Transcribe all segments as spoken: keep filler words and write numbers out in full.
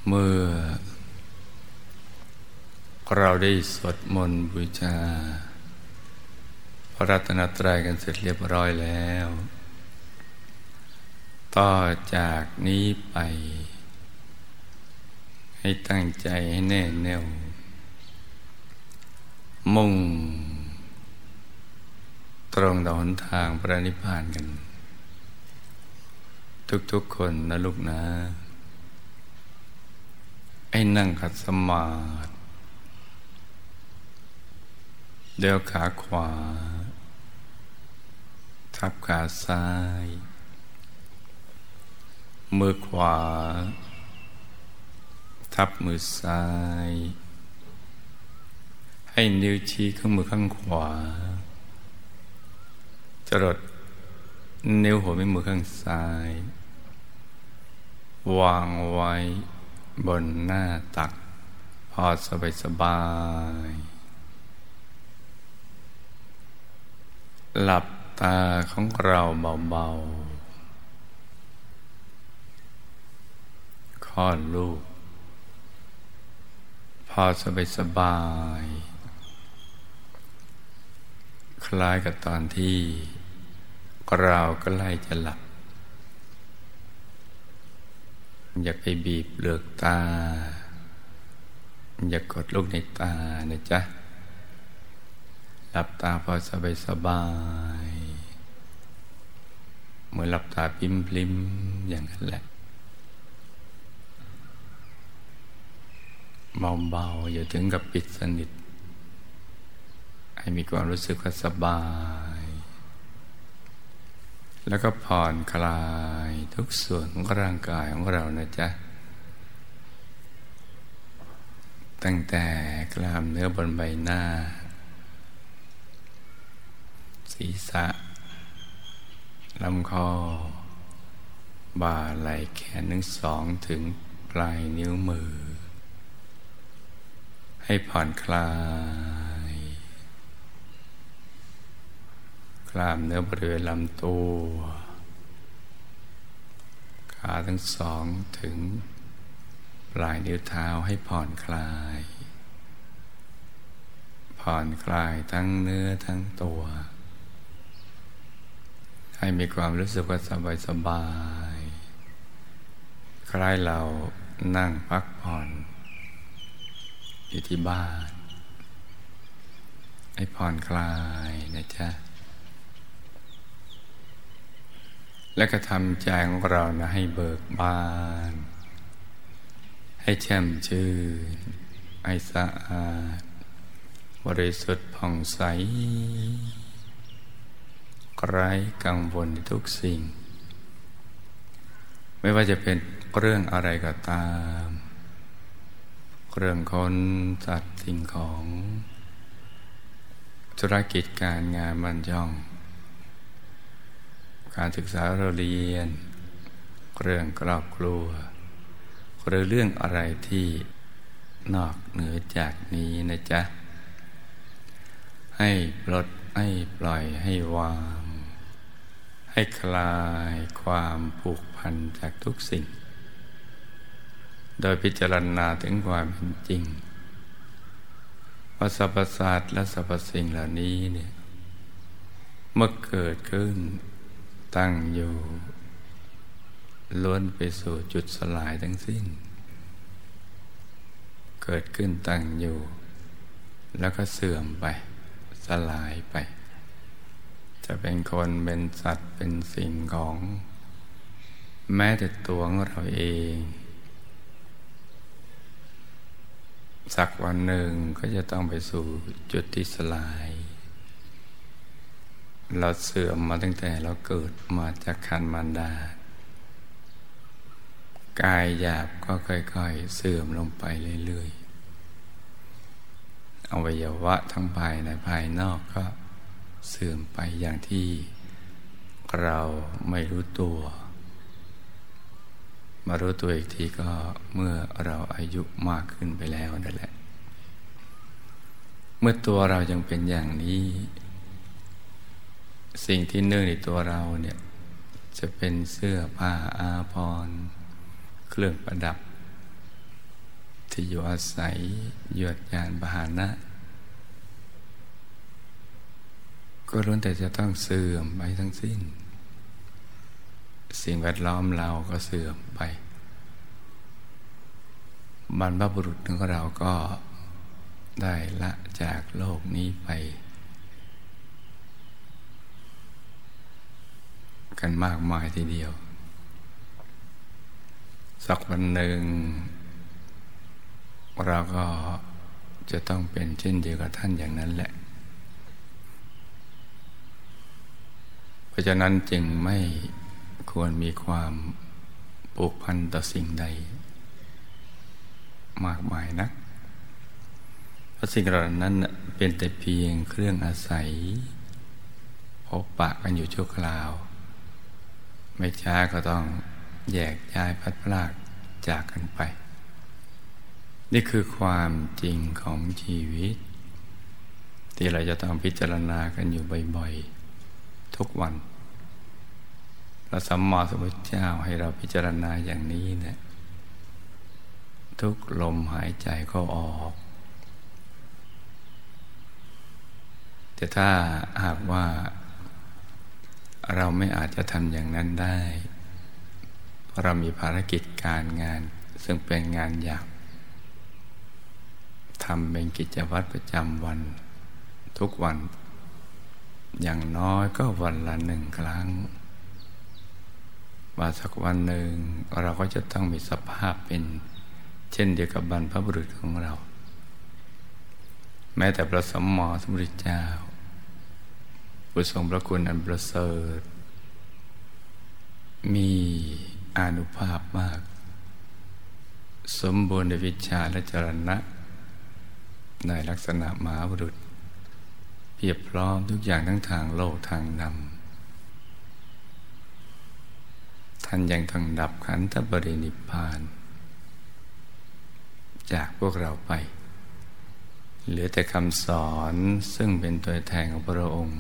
เมื่อเราได้สวดมนต์บูชาพระรัตนตรัยกันเสร็จเรียบร้อยแล้วต่อจากนี้ไปให้ตั้งใจให้แน่แน่วมุ่งตรงต่อหนทางพระนิพพานกันทุกๆคนนะลูกนะให้นั่งขัดสมาธิเดี่ยวขาขวาทับขาซ้ายมือขวาทับมือซ้ายให้นิ้วชี้ข้างมือข้างขวาจรดนิ้วหัวแม่มือข้างซ้ายวางไว้บนหน้าตักพอสบายสบายหลับตาของเราเบาๆคลอดลูกพอสบายสบายคล้ายกับตอนที่เราก็ไล่จะหลับอย่าไปบีบเปลือกตาอย่ากดลูกในตานะจ๊ะหลับตาพอสบายสบายเหมือนหลับตาปิ้มพลิมอย่างนั้นแหละเบาๆอย่าถึงกับปิดสนิทให้มีความรู้สึกว่าสบายแล้วก็ผ่อนคลายทุกส่วนของร่างกายของเรานะจ๊ะตั้งแต่กล้ามเนื้อบนใบหน้าศีรษะลำคอบ่าไหล่แขนทั้งสองถึงปลายนิ้วมือให้ผ่อนคลายกล้ามเนื้อบริเวณลำตัวขาทั้งสองถึงปลายนิ้วเท้าให้ผ่อนคลายผ่อนคลายทั้งเนื้อทั้งตัวให้มีความรู้สึกว่าสบายสบายคล้ายเรานั่งพักผ่อนอยู่ที่บ้านให้ผ่อนคลายนะจ๊ะและก็ทำใจของเรานะให้เบิกบานให้แช่มชื่นให้สะอาดบริสุทธิ์ผ่องใสไร้กังวลในทุกสิ่งไม่ว่าจะเป็นเรื่องอะไรก็ตามเรื่องคนสัตว์สิ่งของธุรกิจการงานมันย่องการศึกษาเราเรียนเรื่องครอบครัวหรือเรื่องอะไรที่นอกเหนือจากนี้นะจ๊ะให้ปลดให้ปล่อยให้วางให้คลายความผูกพันจากทุกสิ่งโดยพิจารณาถึงความเป็นจริงว่าสรรพสัตว์และสรรพสิ่งเหล่านี้เนี่ยเมื่อเกิดขึ้นตั้งอยู่ล้วนไปสู่จุดสลายทั้งสิ้นเกิดขึ้นตั้งอยู่แล้วก็เสื่อมไปสลายไปจะเป็นคนเป็นสัตว์เป็นสิ่งของแม้แต่ตัวของเราเองสักวันหนึ่งก็จะต้องไปสู่จุดที่สลายเราเสื่อมมาตั้งแต่เราเกิดมาจากครรภ์มารดากายหยาบก็ค่อยๆเสื่อมลงไปเรื่อยๆอวัยวะทั้งภายในภายนอกก็เสื่อมไปอย่างที่เราไม่รู้ตัวมารู้ตัวอีกทีก็เมื่อเราอายุมากขึ้นไปแล้วนั่นแหละเมื่อตัวเรายังเป็นอย่างนี้สิ่งที่เนื่องในตัวเราเนี่ยจะเป็นเสื้อผ้าอาภรณ์เครื่องประดับที่อยู่อาศัยยวดยานพาหนะก็ล้วนแต่จะต้องเสื่อมไปทั้งสิ้นสิ่งแวดล้อมเราก็เสื่อมไปบรรพบุรุษของเราก็ได้ละจากโลกนี้ไปกันมากมายทีเดียวสักวันหนึ่งเราก็จะต้องเป็นเช่นเดียวกับท่านอย่างนั้นแหละเพราะฉะนั้นจึงไม่ควรมีความผูกพันต่อสิ่งใดมากมายนักเพราะสิ่งเหล่านั้นเป็นแต่เพียงเครื่องอาศัยพบปะกันอยู่ชั่วคราวไม่ช้าก็ต้องแยกย้ายพัดพรากจากกันไปนี่คือความจริงของชีวิตที่เราจะต้องพิจารณากันอยู่บ่อยๆทุกวันพระสัมมาสัมพุทธเจ้าให้เราพิจารณาอย่างนี้เนี่ยทุกลมหายใจเข้าออกแต่ถ้าหากว่าเราไม่อาจจะทำอย่างนั้นได้เพราะเรามีภารกิจการงานซึ่งเป็นงานหยาบทำเป็นกิจวัตรประจำวันทุกวันอย่างน้อยก็วันละหนึ่งครั้งว่าสักวันหนึ่งเราก็จะต้องมีสภาพเป็นเช่นเดียวกับบรรพบุรุษของเราแม้แต่พระสัมมาสัมพุทธเจ้าผู้ทรงพระคุณอันประเสริฐมีอานุภาพมากสมบูรณ์ด้วยวิชาและจรณะในลักษณะมหาบุรุษเพียบพร้อมทุกอย่างทั้งทางโลกทางธรรมท่านยังต้องดับขันธปรินิพพานจากพวกเราไปเหลือแต่คำสอนซึ่งเป็นตัวแทนของพระองค์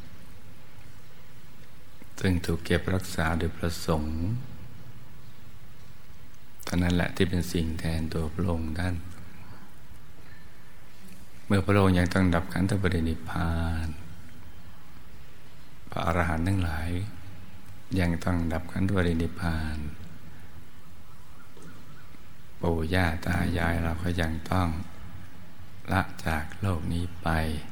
ซึ่งถูกเก็บรักษาโดยพระสงฆ์เท่านั้นแหละที่เป็นสิ่งแทนตัวพระองค์ท่านเมื่อพระองค์ยังต้องดับขันธปรินิพพานพระอรหันต์ทั้งหลายยังต้องดับขันธปรินิพพานปู่ย่าตายายเราก็ยังต้องละจากโลกนี้ไป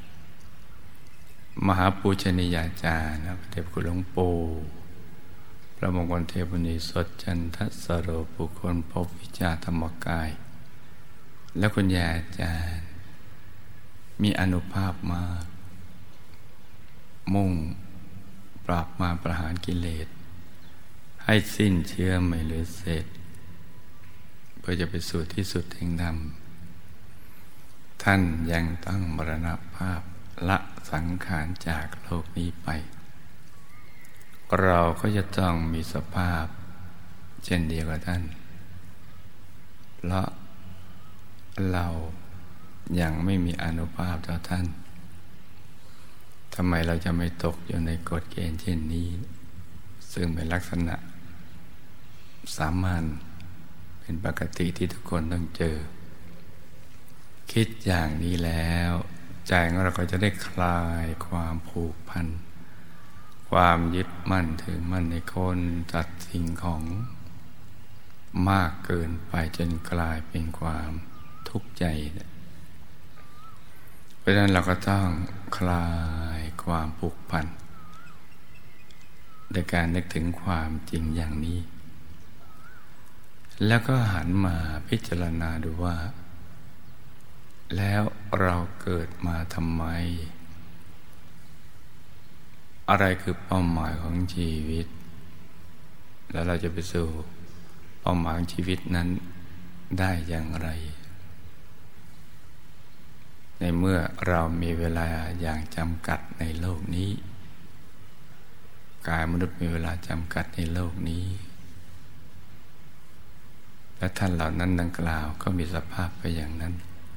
มหาปูชนียาจารย์พระเดชคุณหลวงปู่พระมงคลเทพนิสดจันทสโรปุคคลพบวิชาธรรมกายและคุณยายอาจารย์มีอานุภาพมากมุ่งปราบมารประหารกิเลสให้สิ้นเชื้อไม่เหลือเศษเพื่อจะไปสู่ที่สุดแห่งธรรมท่านยังต้องมรณภาพละสังขารจากโลกนี้ไปเราก็จะต้องมีสภาพเช่นเดียวกับท่านเพราะเรายังไม่มีอานุภาพเท่าท่านทำไมเราจะไม่ตกอยู่ในกฎเกณฑ์เช่นนี้ซึ่งเป็นลักษณะสามัญเป็นปกติที่ทุกคนต้องเจอคิดอย่างนี้แล้วใจของเราก็จะได้คลายความผูกพันความยึดมั่นถือมั่นในคนจัดสิ่งของมากเกินไปจนกลายเป็นความทุกข์ใจเพราะฉะนั้นเราก็ต้องคลายความผูกพันโดยการนึกถึงความจริงอย่างนี้แล้วก็หันมาพิจารณาดูว่าแล้วเราเกิดมาทำไมอะไรคือเป้าหมายของชีวิตแล้วเราจะไปสู่เป้าหมายของชีวิตนั้นได้อย่างไรในเมื่อเรามีเวลาอย่างจำกัดในโลกนี้กายมนุษย์มีเวลาจำกัดในโลกนี้และท่านเหล่านั้นดังกล่าวก็มีสภาพไปอย่างนั้น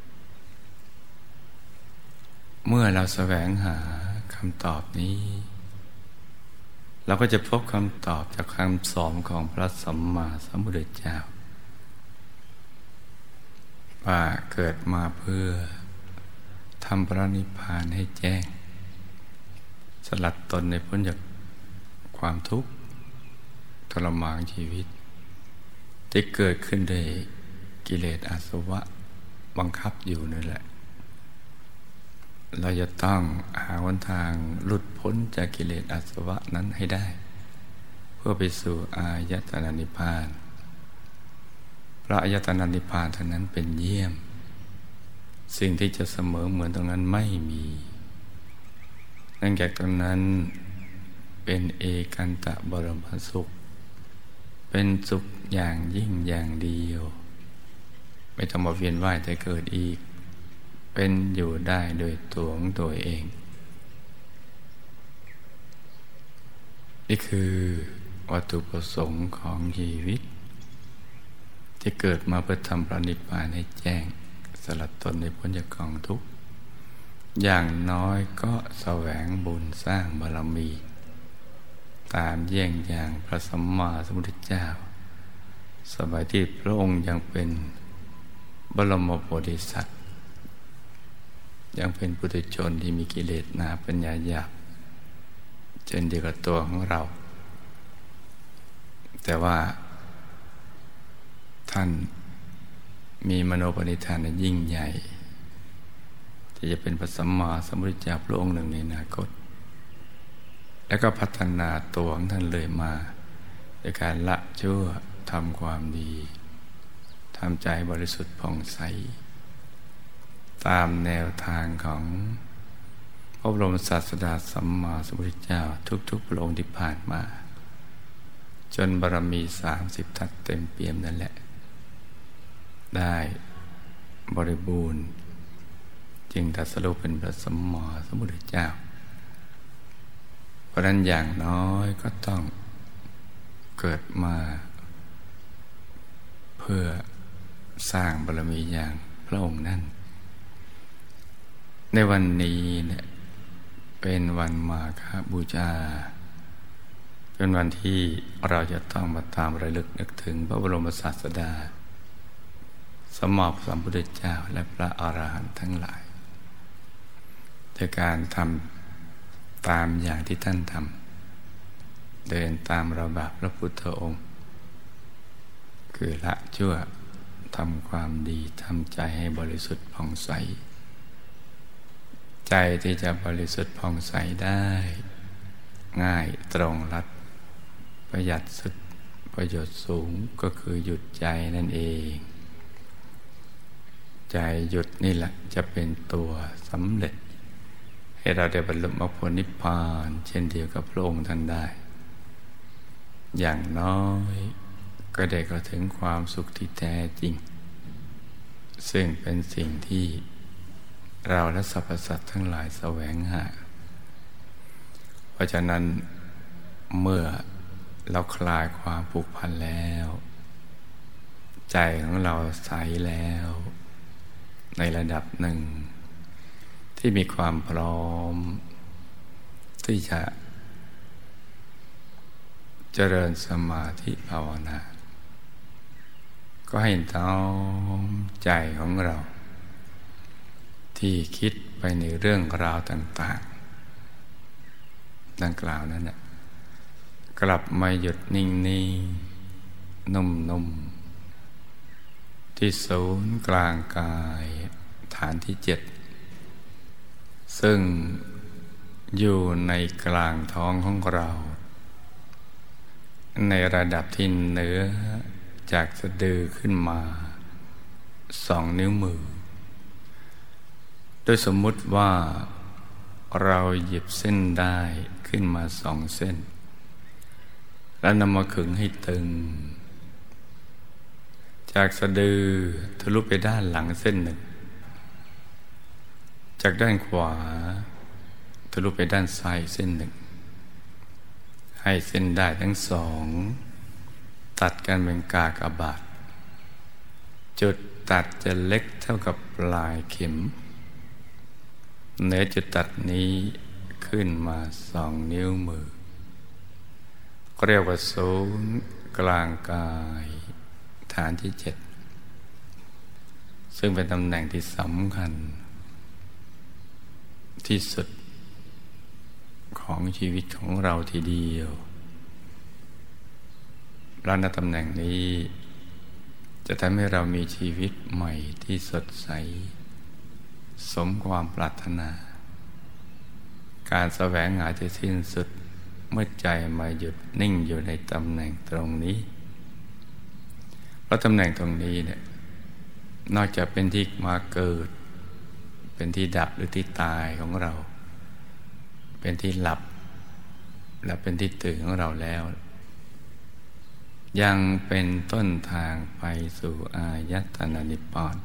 เมื่อเราแสวงหาคำตอบนี้เราก็จะพบคำตอบจากคำสอนของพระสัมมาสัมพุทธเจ้าว่าเกิดมาเพื่อทำพระนิพพานให้แจ้งสลัดตนในพ้นจากความทุกข์ทรมานชีวิตที่เกิดขึ้นด้วยกิเลสอาสวะบังคับอยู่นั่นแหละเราจะต้องหาหนทางหลุดพ้นจากกิเลสอาสวะนั้นให้ได้เพื่อไปสู่อายตนะนิพพานเพราะอายตนะนิพพานเท่านั้นเป็นเยี่ยมสิ่งที่จะเสมอเหมือนตรงนั้นไม่มีนั่นจากตรงนั้นเป็นเอกันตะบรมสุขเป็นสุขอย่างยิ่งอย่างเดียวไม่ต้องมาเวียนว่ายแต่เกิดอีกเป็นอยู่ได้โดยตัวของตัวเองนี่คือวัตถุประสงค์ของชีวิตที่เกิดมาเพื่อทำพระนิพพานให้แจ้งสลัดตนในพ้นจากกองทุกข์อย่างน้อยก็แสวงบุญสร้างบารมีตามเยี่ยงอย่างพระสัมมาสัมพุทธเจ้าสมัยที่พระองค์ยังเป็นบรมโพธิสัตว์ยังเป็นปุถุชนที่มีกิเลสหนาปัญญาหยาบเช่นเดียวกับตัวของเราแต่ว่าท่านมีมโนปณิธานยิ่งใหญ่ที่จะเป็นพระสัมมาสัมพุทธเจ้าพระองค์หนึ่งในอนาคตแล้วก็พัฒนาตัวของท่านเลยมาในการละชั่วทำความดีทำใจบริสุทธิ์ผ่องใสตามแนวทางของพระบรมศาสดาสัมมาสัมพุทธเจ้าทุกๆพระองค์ที่ผ่านมาจนบารมีสามสิบทัศเต็มเปี่ยมนั่นแหละได้บริบูรณ์จึงตรัสรู้เป็นพระสัมมาสัมพุทธเจ้าเพราะนั้นอย่างน้อยก็ต้องเกิดมาเพื่อสร้างบารมีอย่างพระองค์นั้นในวันนี้เนี่ยเป็นวันมาฆบูชาเป็นวันที่เราจะต้องมาตามระลึกนึกถึงพระบรมศาสดาสัมมาสัมพุทธเจ้าและพระอรหันต์ทั้งหลายในการทำตามอย่างที่ท่านทำเดินตามระบาดพระพุทธองค์คือละชั่วทำความดีทำใจให้บริสุทธิ์ผ่องใสใจที่จะบริสุทธิ์ผ่องใสได้ง่ายตรงรัดประหยัดสุดประโยชน์สูงก็คือหยุดใจนั่นเองใจหยุดนี่แหละจะเป็นตัวสำเร็จให้เราได้บรรลุมรรคผลนิพพานเช่นเดียวกับพระองค์ท่านได้อย่างน้อยก็ได้เข้าถึงความสุขที่แท้จริงซึ่งเป็นสิ่งที่เราและสรรพสัตว์ทั้งหลายแสวงหาเพราะฉะนั้นเมื่อเราคลายความผูกพันแล้วใจของเราใสแล้วในระดับหนึ่งที่มีความพร้อมที่จะเจริญสมาธิภาวนาก็ให้น้อมใจของเราที่คิดไปในเรื่องราวต่างๆดังกล่าวนั้นนะกลับมาหยุดนิ่งๆนุ่มๆที่ศูนย์กลางกายฐานที่เจ็ดซึ่งอยู่ในกลางท้องของเราในระดับที่เหนือจากสะดือขึ้นมาสองนิ้วมือโดยสมมุติว่าเราหยิบเส้นได้ขึ้นมาสองเส้นแล้วนำมาขึงให้ตึงจากสะดือทะลุไปด้านหลังเส้นหนึ่งจากด้านขวาทะลุไปด้านซ้ายเส้นหนึ่งให้เส้นได้ทั้งสองตัดกันเป็นกากบาทจุดตัดจะเล็กเท่ากับปลายเข็มเหนือจุดตัดนี้ขึ้นมาสองนิ้วมือเรียกว่าศูนย์กลางกายฐานที่เจ็ดซึ่งเป็นตำแหน่งที่สำคัญที่สุดของชีวิตของเราทีเดียวและณตำแหน่งนี้จะทำให้เรามีชีวิตใหม่ที่สดใสสมความปรารถนาการแสวงหาจะสิ้นสุดเมื่อใจมาหยุดนิ่งอยู่ในตำแหน่งตรงนี้เพราะตำแหน่งตรงนี้เนี่ยนอกจากเป็นที่มาเกิดเป็นที่ดับหรือที่ตายของเราเป็นที่หลับและเป็นที่ตื่นของเราแล้วยังเป็นต้นทางไปสู่อายตนะนิพพาน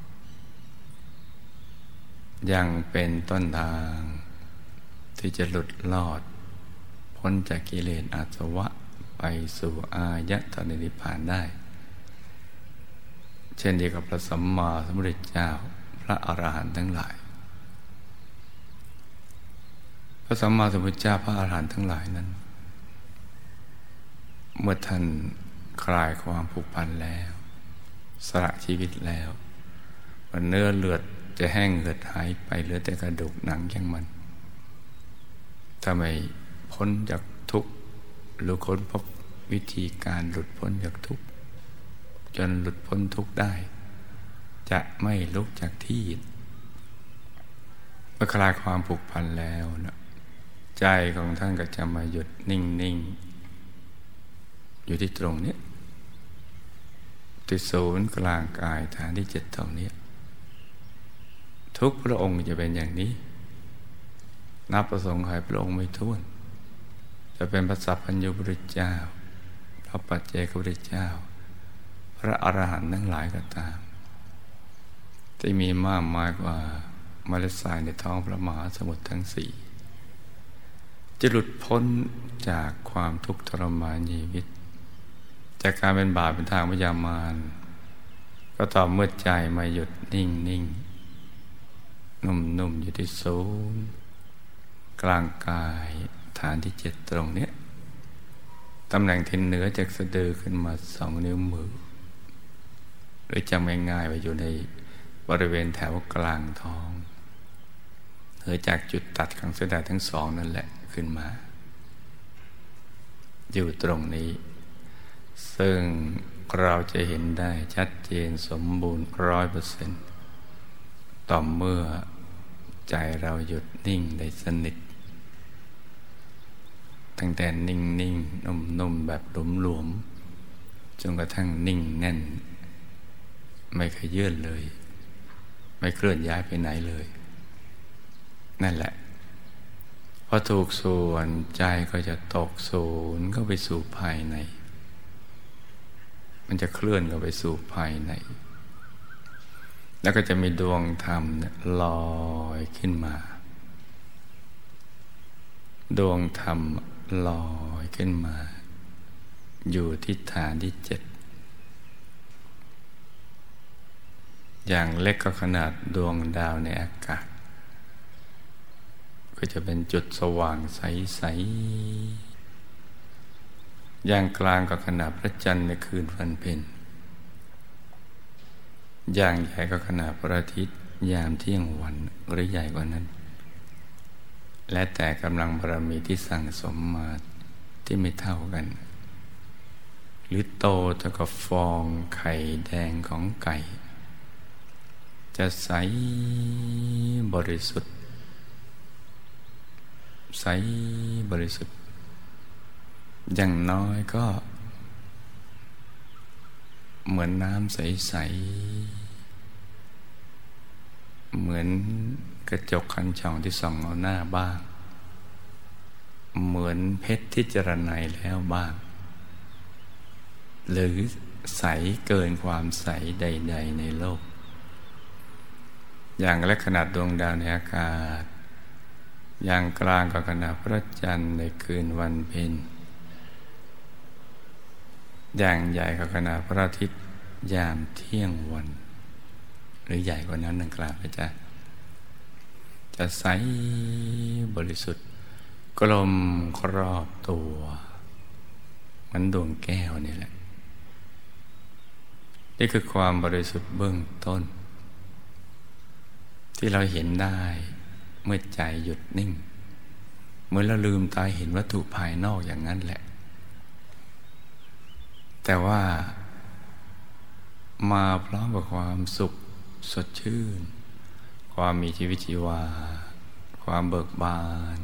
ยังเป็นต้นทางที่จะหลุดลอดพ้นจากกิเลสอาสวะไปสู่อายตนะนิพพานได้เช่นเดียวกับพระสัมมาสัมพุทธเจ้าพระอรหันต์ทั้งหลายพระสัมมาสัมพุทธเจ้าพระอรหันต์ทั้งหลายนั้นเมื่อท่านคลายความผูกพันแล้วสละชีวิตแล้วเนื้อเลือดจะแห้งเหือดหายไปเหลือแต่กระดูกหนังอย่างมันถ้าไม่พ้นจากทุกข์หรือค้นพบวิธีการหลุดพ้นจากทุกข์จนหลุดพ้นทุกข์ได้จะไม่ลุกจากที่เมื่อคลายความผูกพันแล้วนะใจของท่านก็จะมาหยุดนิ่งๆอยู่ที่ตรงนี้ที่ศูนย์กลางกายฐานที่เจ็ดตรงนี้ทุกพระองค์จะเป็นอย่างนี้นับประสงค์ใครพระองค์ไม่ถ้วนจะเป็นพระสัพพัญญูพุทธเจ้าพระปัจเจกพุทธเจ้าพระอรหันต์ทั้งหลายก็ตามที่มีมากมายกว่าเมล็ดทรายในท้องพระมหาสมุทรทั้งสี่จะหลุดพ้นจากความทุกข์ทรมานชีวิตจากการเป็นบาปเป็นทางพยามารก็ต่อเมื่อใจมาหยุดนิ่งนิ่งนุ่มๆอยู่ที่ศูนย์กลางกายฐานที่เจ็ดตรงนี้ตำแหน่งที่เหนือจากสะดือขึ้นมาสองนิ้วมือหรือจำง่ายๆว่าอยู่ในบริเวณแถวกลางท้องเหนือจากจุดตัดของเส้นด้ายทั้งสองนั่นแหละขึ้นมาอยู่ตรงนี้ซึ่งเราจะเห็นได้ชัดเจนสมบูรณ์ร้อยเปอร์เซ็นต์ต่อเมื่อใจเราหยุดนิ่งได้สนิทตั้งแต่นิ่งนิ่งนุ่มนุ่มแบบหลวมหลวมจนกระทั่งนิ่งแน่นไม่ขยื่นเลยไม่เคลื่อนย้ายไปไหนเลยนั่นแหละพอถูกส่วนใจก็จะตกศูนย์เข้าไปสู่ภายในมันจะเคลื่อนเข้าไปสู่ภายในแล้วก็จะมีดวงธรรมลอยขึ้นมาดวงธรรมลอยขึ้นมาอยู่ที่ฐานที่เจ็ดอย่างเล็กก็ขนาดดวงดาวในอากาศก็จะเป็นจุดสว่างใสๆอย่างกลางก็ขนาดพระจันทร์ในคืนวันเพ็ญอย่างใหญ่ก็ขนาดพระอาทิตย์ยามเที่ยงวันหรือใหญ่กว่านั้นและแต่กำลังบารมีที่สั่งสมมาที่ไม่เท่ากันหรือโตเท่ากับฟองไข่แดงของไก่จะใสบริสุทธิ์ใสบริสุทธิ์อย่างน้อยก็เหมือนน้ำใสๆเหมือนกระจกคันช่องที่ส่องเอาหน้าบ้างเหมือนเพชรที่เจรไนแล้วบ้างหรือใสเกินความใสใดๆในโลกอย่างเล็กขนาดดวงดาวในอากาศอย่างกลางก็ขนาดพระจันทร์ในคืนวันเพ็ญอย่างใหญ่ก็ขนาดพระอาทิตย์ยามเที่ยงวันหรือใหญ่กว่านั้นนั่นกลางนะจ๊ะจะใสบริสุทธิ์กลมครอบตัวเหมือนดวงแก้วนี่แหละนี่คือความบริสุทธิ์เบื้องต้นที่เราเห็นได้เมื่อใจหยุดนิ่งเหมือนเราลืมตาเห็นวัตถุภายนอกอย่างนั้นแหละแต่ว่ามาพร้อมกับความสุขสดชื่นความมีชีวิตชีวาความเบิกบาน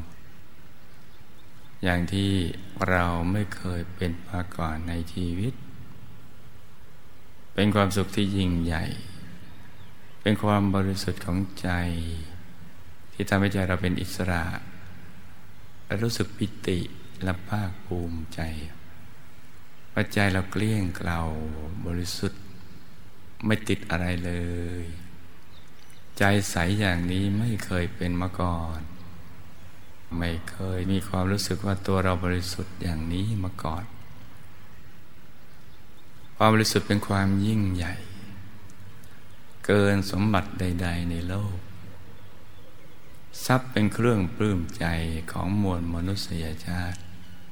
อย่างที่เราไม่เคยเป็นมาก่อนในชีวิตเป็นความสุขที่ยิ่งใหญ่เป็นความบริสุทธิ์ของใจที่ทำให้ใจเราเป็นอิสระและรู้สึกปิติและภาคภูมิใจว่าใจเราเกลี้ยงเกลาบริสุทธิ์ไม่ติดอะไรเลยใจใสอย่างนี้ไม่เคยเป็นมาก่อนไม่เคยมีความรู้สึกว่าตัวเราบริสุทธิ์อย่างนี้มาก่อนความบริสุทธิ์เป็นความยิ่งใหญ่เกินสมบัติใดๆในโลกทรัพย์เป็นเครื่องปลื้มใจของมวลมนุษยชาติ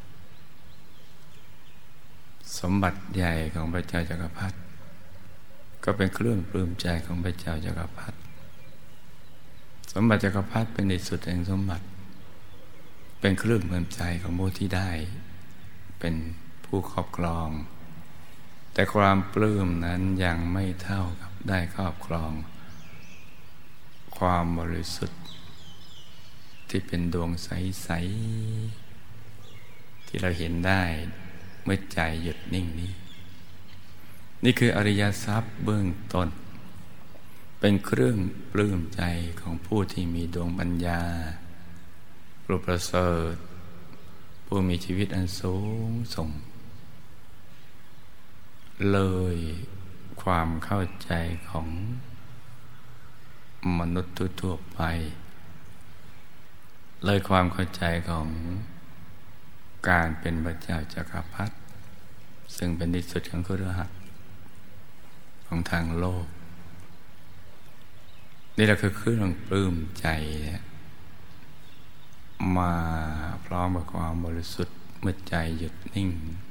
สมบัติใหญ่ของพระเจ้าจักรพรรดิก็เป็นเครื่องปลื้มใจของพระเจ้าจักรพรรดิสมบัติจักรพรรดิเป็นที่สุดแห่งสมบัติเป็นเครื่องปลื้มใจของผู้ที่ได้เป็นผู้ครอบครองแต่ความปลื้มนั้นยังไม่เท่ากับได้ครอบครองความบริสุทธิ์ที่เป็นดวงใสๆที่เราเห็นได้เมื่อใจหยุดนิ่งนี้นี่คืออริยทรัพย์เบื้องต้นเป็นเครื่องปลื้มใจของผู้ที่มีดวงปัญญาผู้ประเสริฐผู้มีชีวิตอันสูงส่งเลยความเข้าใจของมนุษย์ทั่วไปเลยความเข้าใจของการเป็นพระเจ้าจักรพรรดิซึ่งเป็นที่สุดของคฤหัสถ์ของทางโลกนี่แหละคือเครื่องปลื้มใจมาพร้อมกับความบริสุทธิ์เมื่อใจหยุดนิ่ง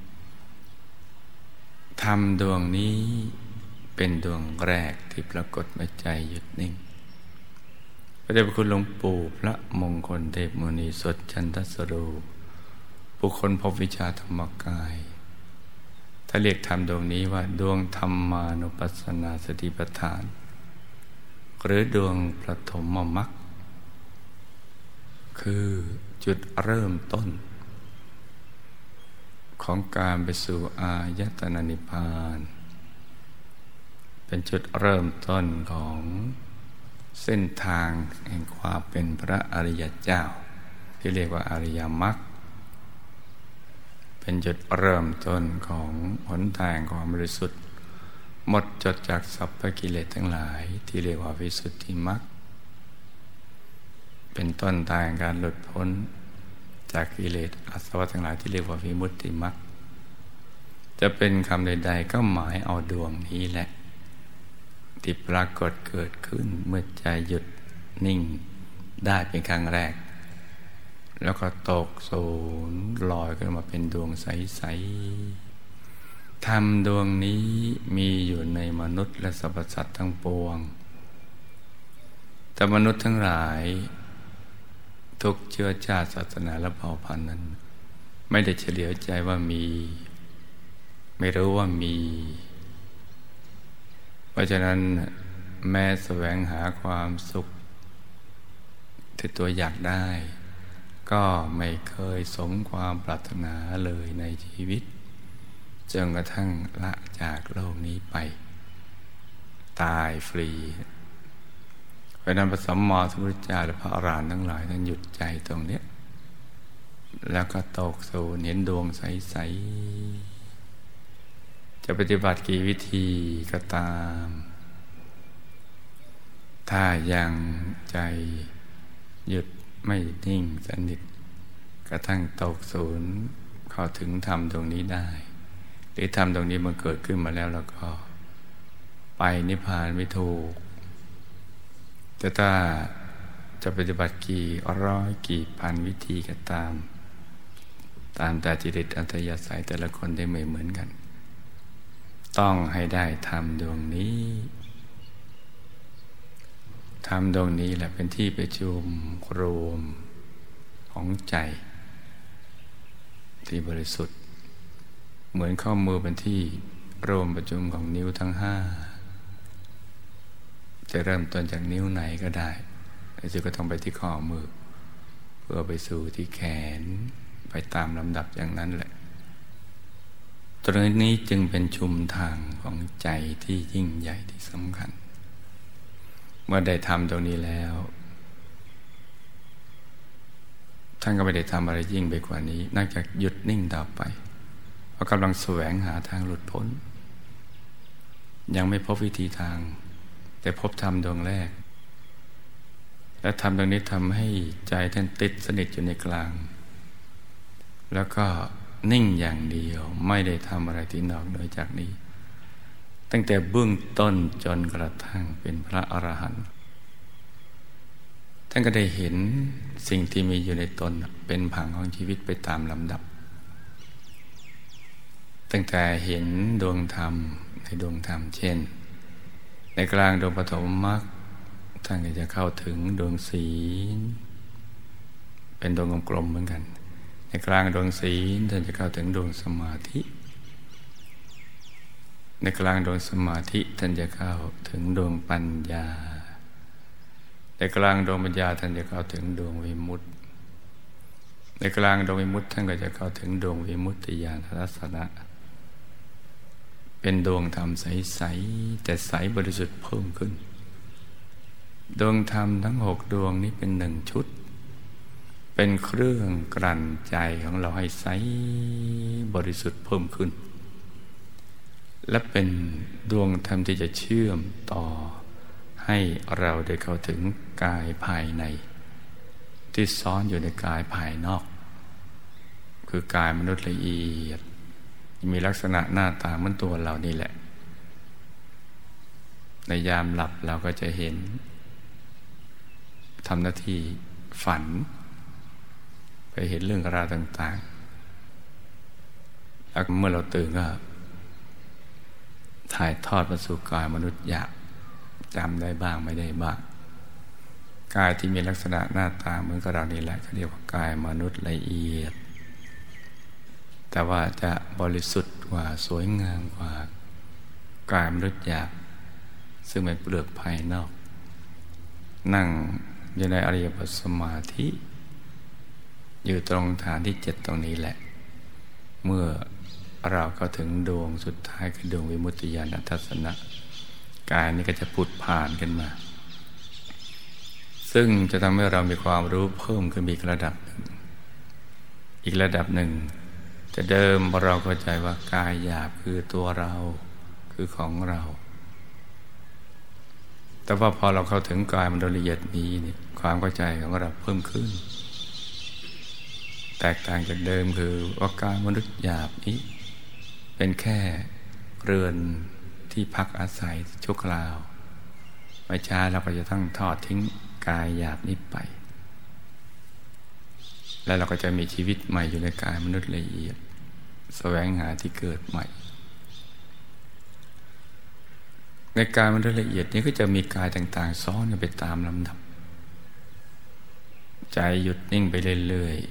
ธรรมดวงนี้เป็นดวงแรกที่ปรากฏเมื่อใจหยุดนิ่งพระเดชพระคุณหลวงปู่พระมงคลเทพมุนีสดจันทสโรบุคคลพบวิชาธรรมกายถ้าเรียกธรรมดวงนี้ว่าดวงธรรมานุปัสสนาสติปัฏฐานหรือดวงปฐมมรรคคือจุดเริ่มต้นของการไปสู่อายตนะนิพพานเป็นจุดเริ่มต้นของเส้นทางแห่งความเป็นพระอริยเจ้าที่เรียกว่าอริยมรรคเป็นจุดเริ่มต้นของหนทางความบริสุทธิ์หมดจดจากสัพพกิเลสทั้งหลายที่เรียกว่าวิสุทธิมรรคเป็นต้นทางการหลุดพ้นจากกิเลสอาสวะทั้งหลายที่เรียกว่าวิมุตติมรรคจะเป็นคำใดๆก็หมายเอาดวงนี้แหละที่ปรากฏเกิดขึ้นเมื่อใจหยุดนิ่งได้เป็นครั้งแรกแล้วก็ตกศูนย์ลอยขึ้นมาเป็นดวงใสๆธรรมดวงนี้มีอยู่ในมนุษย์และสรรพสัตว์ทั้งปวงแต่มนุษย์ทั้งหลายทุกเชื้อชาติศาสนาและเผ่าพันธุ์นั้นไม่ได้เฉลียวใจว่ามีไม่รู้ว่ามีเพราะฉะนั้นแม้แสวงหาความสุขที่ตัวอยากได้ก็ไม่เคยสมความปรารถนาเลยในชีวิตจนกระทั่งละจากโลกนี้ไปตายฟรีเพราะนั้นพระสัมมาสัมพุทธเจ้าและพระอรหันต์ทั้งหลายนั้นหยุดใจตรงนี้แล้วก็ตกสู่เห็นดวงใสๆจะปฏิบัติกี่วิธีก็ตามถ้ายังใจหยุดไม่นิ่งสนิทกระทั่งตกศูนย์เข้าถึงธรรมตรงนี้ได้หรือธรรมตรงนี้มันเกิดขึ้นมาแล้วแล้วก็ไปนิพพานไม่ถูกแต่ถ้าจะปฏิบัติกี่ร้อยกี่พันวิธีก็ตามตามแต่จริตอัธยาศัยแต่ละคนได้ไม่เหมือนกันต้องให้ได้ธรรมดวงนี้ธรรมดวงนี้แหละเป็นที่ประชุมรวมของใจที่บริสุทธิ์เหมือนข้อมือเป็นที่รวมประชุมของนิ้วทั้งห้าจะเริ่มต้นจากนิ้วไหนก็ได้แต่สุดก็ต้องไปที่ข้อมือเพื่อไปสู่ที่แขนไปตามลำดับอย่างนั้นแหละตรงนี้จึงเป็นชุมทางของใจที่ยิ่งใหญ่ที่สำคัญเมื่อได้ทำตรงนี้แล้วท่านก็ไม่ได้ทำอะไรยิ่งไปกว่านี้นอกจากหยุดนิ่งต่อไปเพราะกำลังแสวงหาทางหลุดพ้นยังไม่พบวิธีทางแต่พบธรรมดวงแรกและธรรมดวงนี้ทำให้ใจท่านติดสนิทอยู่ในกลางแล้วก็นิ่งอย่างเดียวไม่ได้ทำอะไรที่นอกเหนือจากนี้ตั้งแต่เบื้องต้นจนกระทั่งเป็นพระอรหันต์ท่านก็ได้เห็นสิ่งที่มีอยู่ในตนเป็นผังของชีวิตไปตามลำดับตั้งแต่เห็นดวงธรรมในดวงธรรมเช่นในกลางดวงปฐมมรรคท่านก็จะเข้าถึงดวงศีลเป็นดวงกลมๆเหมือนกันในกลางดวงศีลท่านจะเข้าถึงดวงสมาธิในกลางดวงสมาธิท่านจะเข้าถึงดวงปัญญาในกลางดวงปัญญาท่านจะเข้าถึงดวงวิมุตติในกลางดวงวิมุตติท่านก็จะเข้าถึงดวงวิมุตติญาณทัศนะเป็นดวงธรรมใสๆแต่ใสบริสุทธิ์เพิ่มขึ้นดวงธรรมทั้งหกดวงนี้เป็นหนึ่งชุดเป็นเครื่องกลั่นใจของเราให้ใสบริสุทธิ์เพิ่มขึ้นและเป็นดวงธรรมที่จะเชื่อมต่อให้เราได้เข้าถึงกายภายในที่ซ้อนอยู่ในกายภายนอกคือกายมนุษย์ละเอียดมีลักษณะหน้าตาเหมือนตัวเรานี่แหละในยามหลับเราก็จะเห็นทำหน้าที่ฝันไปเห็นเรื่องราวต่างๆแล้วเมื่อเราตื่นก็ถ่ายทอดมาสู่กายมนุษย์หยาบจำได้บ้างไม่ได้บ้างกายที่มีลักษณะหน้าตาเหมือนกับเรานี่แหละเขาเรียกว่ากายมนุษย์ละเอียดแต่ว่าจะบริสุทธิ์กว่าสวยงามกว่ากายมนุษย์หยาบซึ่งเป็นเปลือกภายนอกนั่งอยู่ในอริยบทสมาธิอยู่ตรงฐานที่เจ็ดตรงนี้แหละเมื่อเราก็ถึงดวงสุดท้ายคือดวงวิมุตติญาณทัศนะกายนี้ก็จะผุดผ่านขึ้นมาซึ่งจะทำให้เรามีความรู้เพิ่มขึ้นอีกระดับหนึ่งอีกระดับหนึ่งแต่เดิมเราเข้าใจว่ากายหยาบคือตัวเราคือของเราแต่ว่าพอเราเข้าถึงกายมันละเอียดนี้นี่ความเข้าใจของเราเพิ่มขึ้นแตกต่างจากเดิมคือว่ากายมนุษย์หยาบนี้เป็นแค่เรือนที่พักอาศัยชั่วคราวไม่ช้าเราก็จะต้องทอดทิ้งกายหยาบนี้ไปแล้วเราก็จะมีชีวิตใหม่อยู่ในกายมนุษย์ละเอียดแสวงหาที่เกิดใหม่ในกายมนุษย์ละเอียดนี้ก็จะมีกายต่างๆซ้อนกันไปตามลำดับใจหยุดนิ่งไปเรื่อย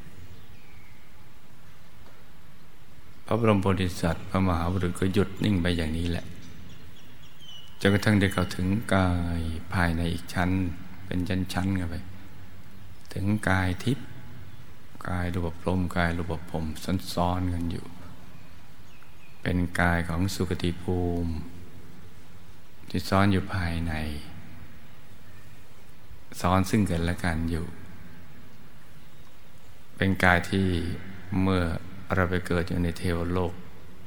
ๆพระบรมโพธิสัตว์พระมหาบุรุษก็หยุดนิ่งไปอย่างนี้แหละจนกระทั่งได้เข้าถึงกายภายในอีกชั้นเป็นชั้นๆกันไปถึงกายทิพย์กายรูปพรหมกายรูปพรหมซ้อนๆกันอยู่เป็นกายของสุคติภูมิที่ซ้อนอยู่ภายในซ้อนซึ่งกันและกันอยู่เป็นกายที่เมื่อเราไปเกิดอยู่ในเทวโลก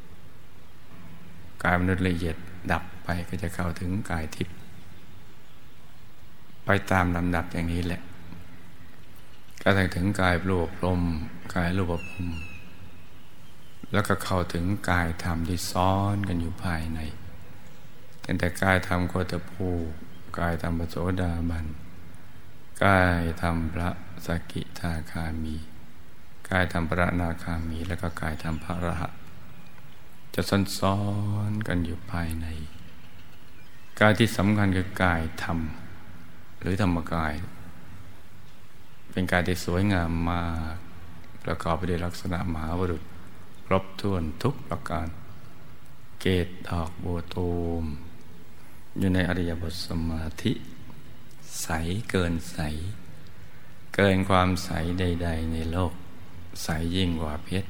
กายมนุษย์ละเอียดดับไปก็จะเข้าถึงกายทิพย์ไปตามลำดับอย่างนี้แหละก็ถึงกายรูปพรหมกายรูปพรหมแล้วก็เข้าถึงกายธรรมที่ซ้อนกันอยู่ภายในตั้งแต่กายธรรมโคตภูกายธรรมพระโสดาบันกายธรรมพระสกิทาคามีกายธรรมพระอนาคามีแล้วก็กายธรรมพระอรหันต์จะซ้อนๆกันอยู่ภายในกายที่สำคัญคือกายธรรมหรือธรรมกายเป็นกายที่สวยงามมากประกอบไปด้วยลักษณะมหาบุรุษครบถ้วนทุกประการเกศดอกบัวตูมอยู่ในอริยบทสมาธิใสเกินใสเกินความใสใดๆในโลกใสยิ่งกว่าเพชร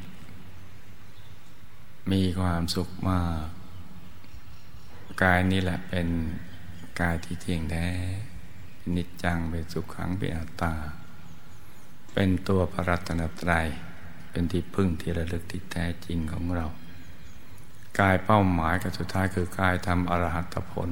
มีความสุขมากกายนี้แหละเป็นกายที่เที่ยงแท้เป็นนิจจังเป็นสุขขังเป็นอนัตตาเป็นตัวพระรัตนตรัยเป็นที่พึ่งที่ระลึกที่แท้จริงของเรากายเป้าหมายกับสุดท้ายคือกายทำอรหัตผล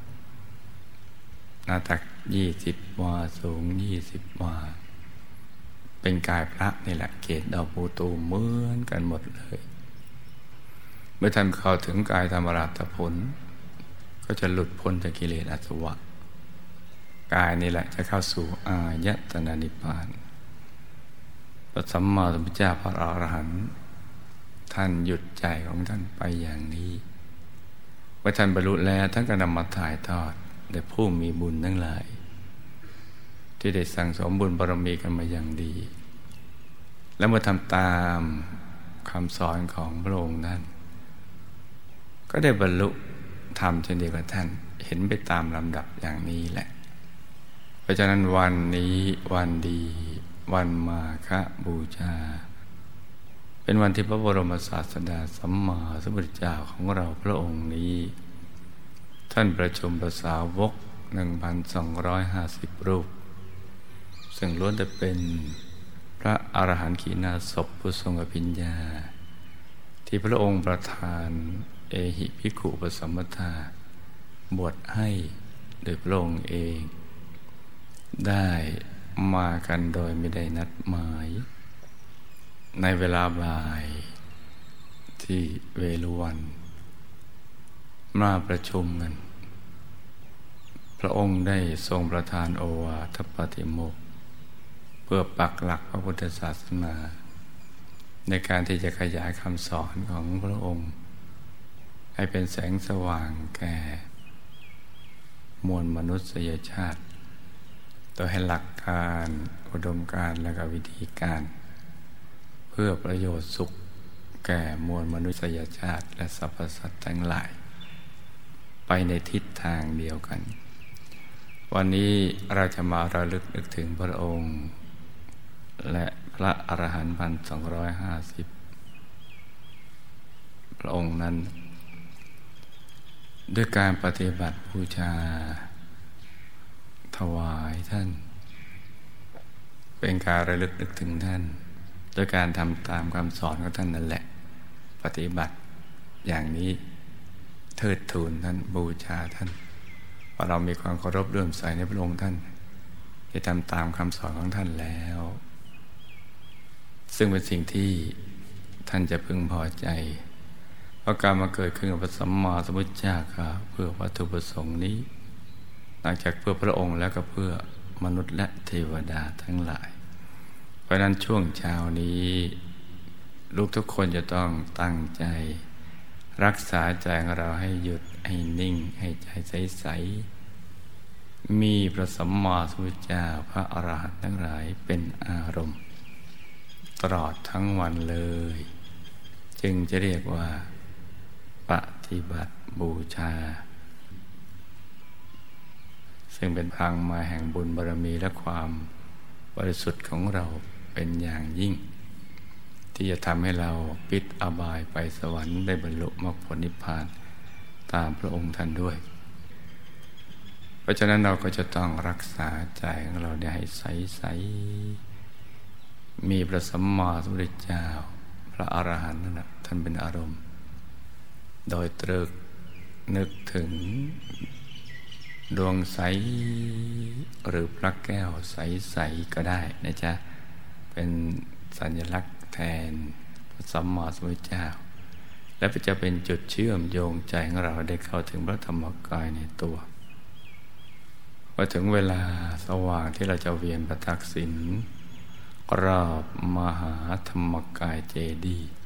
หน้าตักยี่สิบวาสูงยี่สิบวาเป็นกายพระนี่แหละเกศดอกบัวตูมเหมือนกันหมดเลยเมื่อท่านเข้าถึงกายธรรมอรหัตผลก็จะหลุดพ้นจากกิเลสอาสวะกายนี่แหละจะเข้าสู่อายตนะนิพพานพระสัมมาสัมพุทธเจ้าพระอรหันต์ท่านหยุดใจของท่านไปอย่างนี้เมื่อท่านบรรลุแล้วท่านก็นำมาถ่ายทอดแด่ผู้มีบุญทั้งหลายที่ได้สั่งสมบุญบารมีกันมาอย่างดีแล้วเมื่อทำตามคำสอนของพระองค์นั้นก็ได้บรรลุธรรมเช่นเดียวกับท่านเห็นไปตามลำดับอย่างนี้แหละเพราะฉะนั้นวันนี้วันดีวันมาฆบูชาเป็นวันที่พระบรมศาสดาสัมมาสัมพุทธเจ้าของเราพระองค์นี้ท่านประชุมพระสาวก หนึ่งพันสองร้อยห้าสิบ รูปซึ่งล้วนแต่เป็นพระอรหันต์ขีณาสพผู้ทรงอภิญญาที่พระองค์ประทานเอหิภิกขุปสัมปทาบวชให้โดยพระองค์เองได้มากันโดยไม่ได้นัดหมายในเวลาบ่ายที่เวฬุวันมาประชุมกันพระองค์ได้ทรงประทานโอวาทปาติโมกข์เพื่อปักหลักพระพุทธศาสนาในการที่จะขยายคำสอนของพระองค์ให้เป็นแสงสว่างแก่มวลมนุษยชาติโดยให้หลักการอุดมการณ์และก็วิธีการเพื่อประโยชน์สุขแก่มวลมนุษยชาติและสรรพสัตว์ทั้งหลายไปในทิศทางเดียวกันวันนี้เราจะมาระลึกนึกถึงพระองค์และพระอรหันต์พันสองร้อยห้าสิบพระองค์นั้นด้วยการปฏิบัติบูชาถวายท่านเป็นการระลึกนึกถึงท่านโดยการทำตามคำสอนของท่านนั่นแหละปฏิบัติอย่างนี้เทิดทูนท่านบูชาท่านเพราะเรามีความเคารพเลื่อมใสในพระองค์ท่านที่ทำตามคำสอนของท่านแล้วซึ่งเป็นสิ่งที่ท่านจะพึงพอใจเพราะการมาเกิดขึ้นกับพระสัมมาสัมพุทธเจ้าค่ะเพื่อวัตถุประสงค์นี้หลังจากเพื่อพระองค์แล้วก็เพื่อมนุษย์และเทวดาทั้งหลายเพราะนั้นช่วงเช้านี้ลูกทุกคนจะต้องตั้งใจรักษาใจของเราให้หยุดให้นิ่งให้ใจใสๆมีพระสัมมาสัมพุทธเจ้าพระอรหันต์ทั้งหลายเป็นอารมณ์ตลอดทั้งวันเลยจึงจะเรียกว่าปฏิบัติบูชาซึ่งเป็นพลังมาแห่งบุญบารมีและความบริสุทธิ์ของเราเป็นอย่างยิ่งที่จะทำให้เราปิดอบายไปสวรรค์ได้บรรลุมรรคผลนิพพานตามพระองค์ท่านด้วยเพราะฉะนั้นเราก็จะต้องรักษาใจของเราให้ใสๆมีพระสัมมาสัมพุทธเจ้าพระอรหันต์นั่นแหละท่านเป็นอารมณ์โดยตรึกนึกถึงดวงใสหรือพระแก้วใสๆก็ได้นะจ๊ะเป็นสัญลักษณ์แทนพระสัมมาสัมพุทธเจ้าและจะเป็นจุดเชื่อมโยงใจของเราได้เข้าถึงพระธรรมกายในตัวพอถึงเวลาสว่างที่เราจะเวียนประทักษิณรอบมหาธรรมกายเจดีย์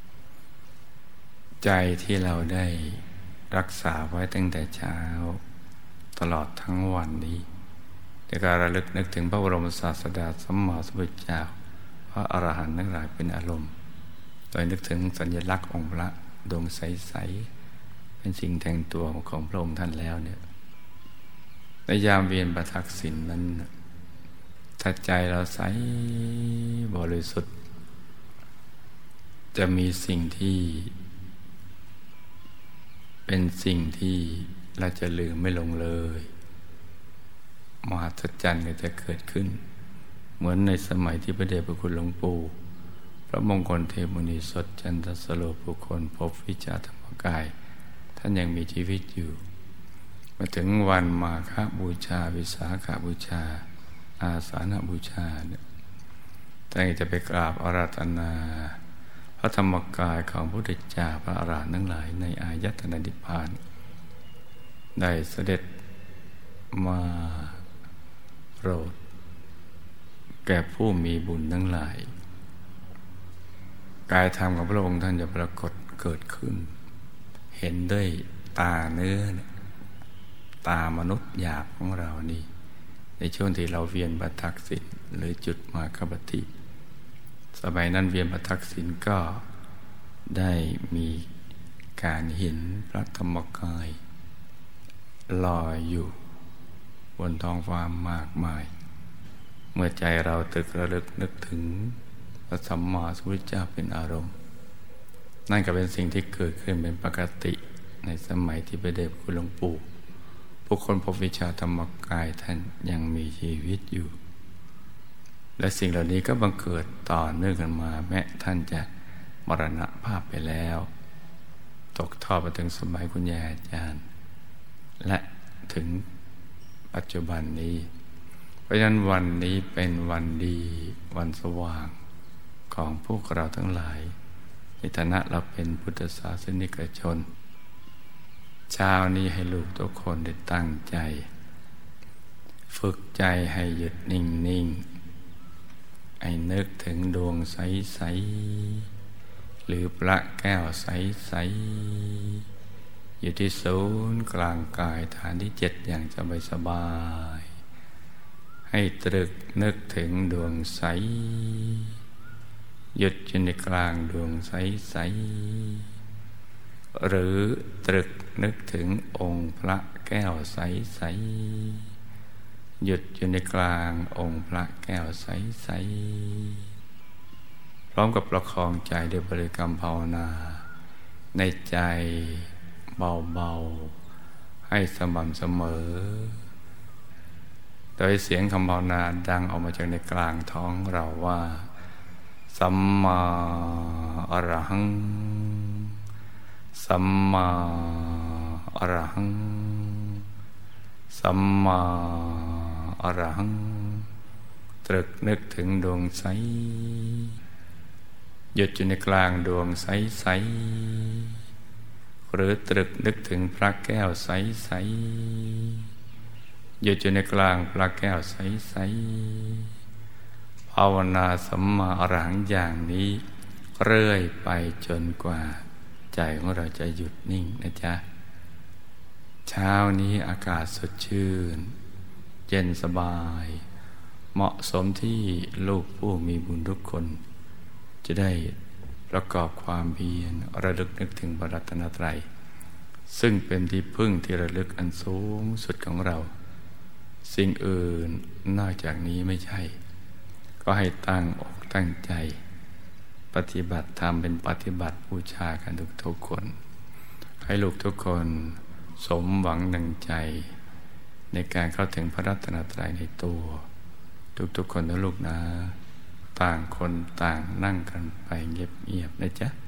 ใจที่เราได้รักษาไว้ตั้งแต่เช้าตลอดทั้งวันนี้ในการระลึกนึกถึงพระบรมศาสดาสัมมาสัมพุทธเจ้าพระอรหันต์ทั้งหลายเป็นอารมณ์โดยนึกถึงสัญลักษณ์องค์พระดวงใสๆเป็นสิ่งแทนตัวของพระองค์ท่านแล้วเนี่ยในยามเวียนประทักษิณนั้นถ้าใจเราใสบริสุทธิ์จะมีสิ่งที่เป็นสิ่งที่เราจะลืมไม่ลงเลยมหัศจรรย์ก็จะเกิดขึ้นเหมือนในสมัยที่พระเดชพระคุณหลวงปู่พระมงคลเทพมุนีสดจันทสโลปุคคลพบวิชาธรรมกายท่านยังมีชีวิตอยู่มาถึงวันมาฆบูชาวิสาขบูชาอาสาฬบูชาเนี่ยท่านจะไปกราบอาราธนาพระธรรมกายของพระพุทธเจ้าพระอรหันต์ทั้งหลายในอายตนะนิพพานได้เสด็จมาโปรดแก่ผู้มีบุญทั้งหลายกายธรรมของพระองค์ท่านจะปรากฏเกิดขึ้นเห็นด้วยตาเนื้อตามนุษย์หยาบของเรานี่ในช่วงที่เราเวียนประทักษิณหรือจุดมาคปฏิสมัยนั้นเวียนประทักษิณก็ได้มีการเห็นพระธรรมกายลอยอยู่บนท้องฟ้ามากมายเมื่อใจเราตึกระลึกนึกถึงพระสัมมาสัมพุทธเจ้าเป็นอารมณ์นั่นก็เป็นสิ่งที่เกิดขึ้นเป็นปกติในสมัยที่พระเดชพระคุณหลวงปู่ผู้คนพบวิชาธรรมกายท่านยังมีชีวิตอยู่และสิ่งเหล่านี้ก็บังเกิดต่อเนื่องกันมาแม้ท่านจะมรณภาพไปแล้วตกทอดมาถึงสมัยคุณยายอาจารย์และถึงปัจจุบันนี้เพราะฉะนั้นวันนี้เป็นวันดีวันสว่างของพวกเราทั้งหลายในฐานะเราเป็นพุทธศาสนิกชนเช้านี้ให้ลูกทุกคนได้ตั้งใจฝึกใจให้หยุดนิ่งๆให้นึกถึงดวงใสๆหรือพระแก้วใสๆอยู่ที่ศูนย์กลางกายฐานที่เจ็ดอย่างสบายๆให้ตรึกนึกถึงดวงใสหยุดอยู่ในกลางดวงใสๆหรือตรึกนึกถึงองค์พระแก้วใสๆหยุดอยู่ในกลางองค์พระแก้วใสๆพร้อมกับประคองใจด้วยบริกรรมภาวนาในใจเบาๆให้สม่ำเสมอโดยเสียงคำภาวนาดังออกมาจากในกลางท้องเราว่าสัมมาอรหังสัมมาอรหังสัมมาอรหังตรึกนึกถึงดวงใสหยุดอยู่ในกลางดวงใสๆหรือตรึกนึกถึงพระแก้วใสๆหยุดอยู่ในกลางพระแก้วใสๆภาวนาสัมมาอรหังอย่างนี้เรื่อยไปจนกว่าใจของเราจะหยุดนิ่งนะจ๊ะเช้านี้อากาศสดชื่นเย็นสบายเหมาะสมที่ลูกผู้มีบุญทุกคนจะได้ประกอบความเพียรระลึกนึกถึงพระรัตนตรัยซึ่งเป็นที่พึ่งที่ระลึกอันสูงสุดของเราสิ่งอื่นนอกจากนี้ไม่ใช่ก็ให้ตั้งอกตั้งใจปฏิบัติธรรมเป็นปฏิบัติบูชากันทุกๆคนให้ลูกทุกคนสมหวังดังใจในการเข้าถึงพระรัตนตรัยในตัวทุกๆคนนะลูกนะต่างคนต่างนั่งกันไปเงียบๆนะจ๊ะ